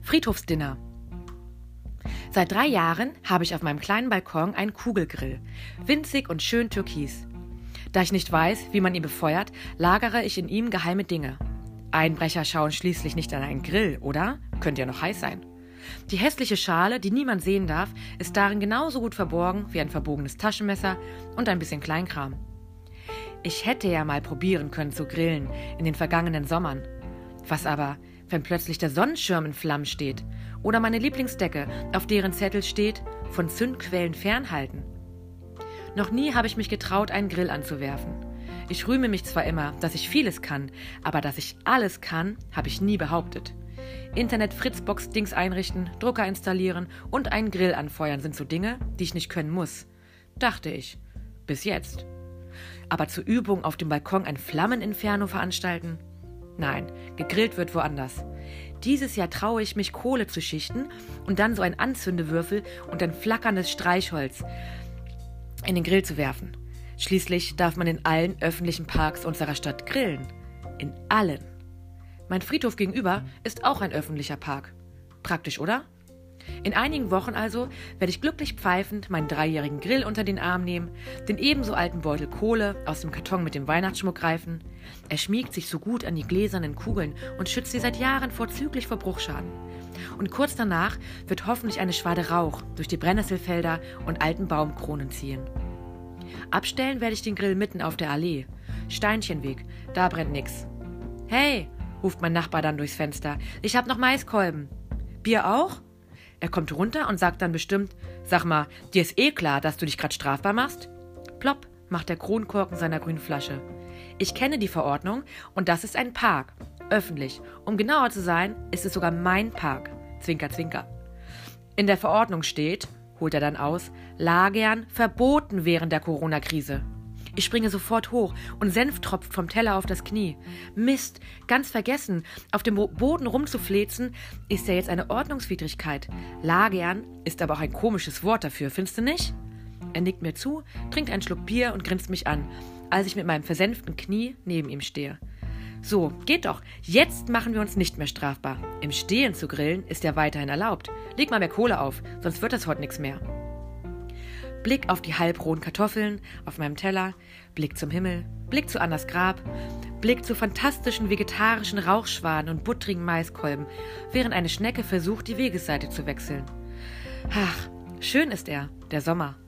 Friedhofsdinner. Seit 3 Jahren habe ich auf meinem kleinen Balkon einen Kugelgrill. Winzig und schön türkis. Da ich nicht weiß, wie man ihn befeuert, lagere ich in ihm geheime Dinge. Einbrecher schauen schließlich nicht an einen Grill, oder? Könnte ja noch heiß sein. Die hässliche Schale, die niemand sehen darf, ist darin genauso gut verborgen wie ein verbogenes Taschenmesser und ein bisschen Kleinkram. Ich hätte ja mal probieren können zu grillen in den vergangenen Sommern. Was aber, wenn plötzlich der Sonnenschirm in Flammen steht oder meine Lieblingsdecke, auf deren Zettel steht, von Zündquellen fernhalten? Noch nie habe ich mich getraut, einen Grill anzuwerfen. Ich rühme mich zwar immer, dass ich vieles kann, aber dass ich alles kann, habe ich nie behauptet. Internet-Fritzbox-Dings einrichten, Drucker installieren und einen Grill anfeuern sind so Dinge, die ich nicht können muss. Dachte ich. Bis jetzt. Aber zur Übung auf dem Balkon ein Flammeninferno veranstalten? Nein, gegrillt wird woanders. Dieses Jahr traue ich mich, Kohle zu schichten und dann so ein Anzündewürfel und ein flackerndes Streichholz in den Grill zu werfen. Schließlich darf man in allen öffentlichen Parks unserer Stadt grillen. In allen. Mein Friedhof gegenüber ist auch ein öffentlicher Park. Praktisch, oder? In einigen Wochen also werde ich glücklich pfeifend meinen 3-jährigen Grill unter den Arm nehmen, den ebenso alten Beutel Kohle aus dem Karton mit dem Weihnachtsschmuck greifen. Er schmiegt sich so gut an die gläsernen Kugeln und schützt sie seit Jahren vorzüglich vor Bruchschaden. Und kurz danach wird hoffentlich eine Schwade Rauch durch die Brennnesselfelder und alten Baumkronen ziehen. Abstellen werde ich den Grill mitten auf der Allee. Steinchenweg, da brennt nix. »Hey«, ruft mein Nachbar dann durchs Fenster, »ich hab noch Maiskolben.« »Bier auch?« Er kommt runter und sagt dann bestimmt, »Sag mal, dir ist eh klar, dass du dich gerade strafbar machst?« Plopp, macht der Kronkorken seiner grünen Flasche. Ich kenne die Verordnung und das ist ein Park. Öffentlich. Um genauer zu sein, ist es sogar mein Park. Zwinker, zwinker. In der Verordnung steht, holt er dann aus, Lagern verboten während der Corona-Krise. Ich springe sofort hoch und Senf tropft vom Teller auf das Knie. Mist, ganz vergessen, auf dem Boden rumzuflezen, ist ja jetzt eine Ordnungswidrigkeit. Lagern ist aber auch ein komisches Wort dafür, findest du nicht? Er nickt mir zu, trinkt einen Schluck Bier und grinst mich an, als ich mit meinem versenften Knie neben ihm stehe. So, geht doch. Jetzt machen wir uns nicht mehr strafbar. Im Stehen zu grillen ist ja weiterhin erlaubt. Leg mal mehr Kohle auf, sonst wird das heute nichts mehr. Blick auf die halbrohen Kartoffeln auf meinem Teller, Blick zum Himmel, Blick zu Annas Grab, Blick zu fantastischen vegetarischen Rauchschwaden und buttrigen Maiskolben, während eine Schnecke versucht, die Wegesseite zu wechseln. Ach, schön ist er, der Sommer.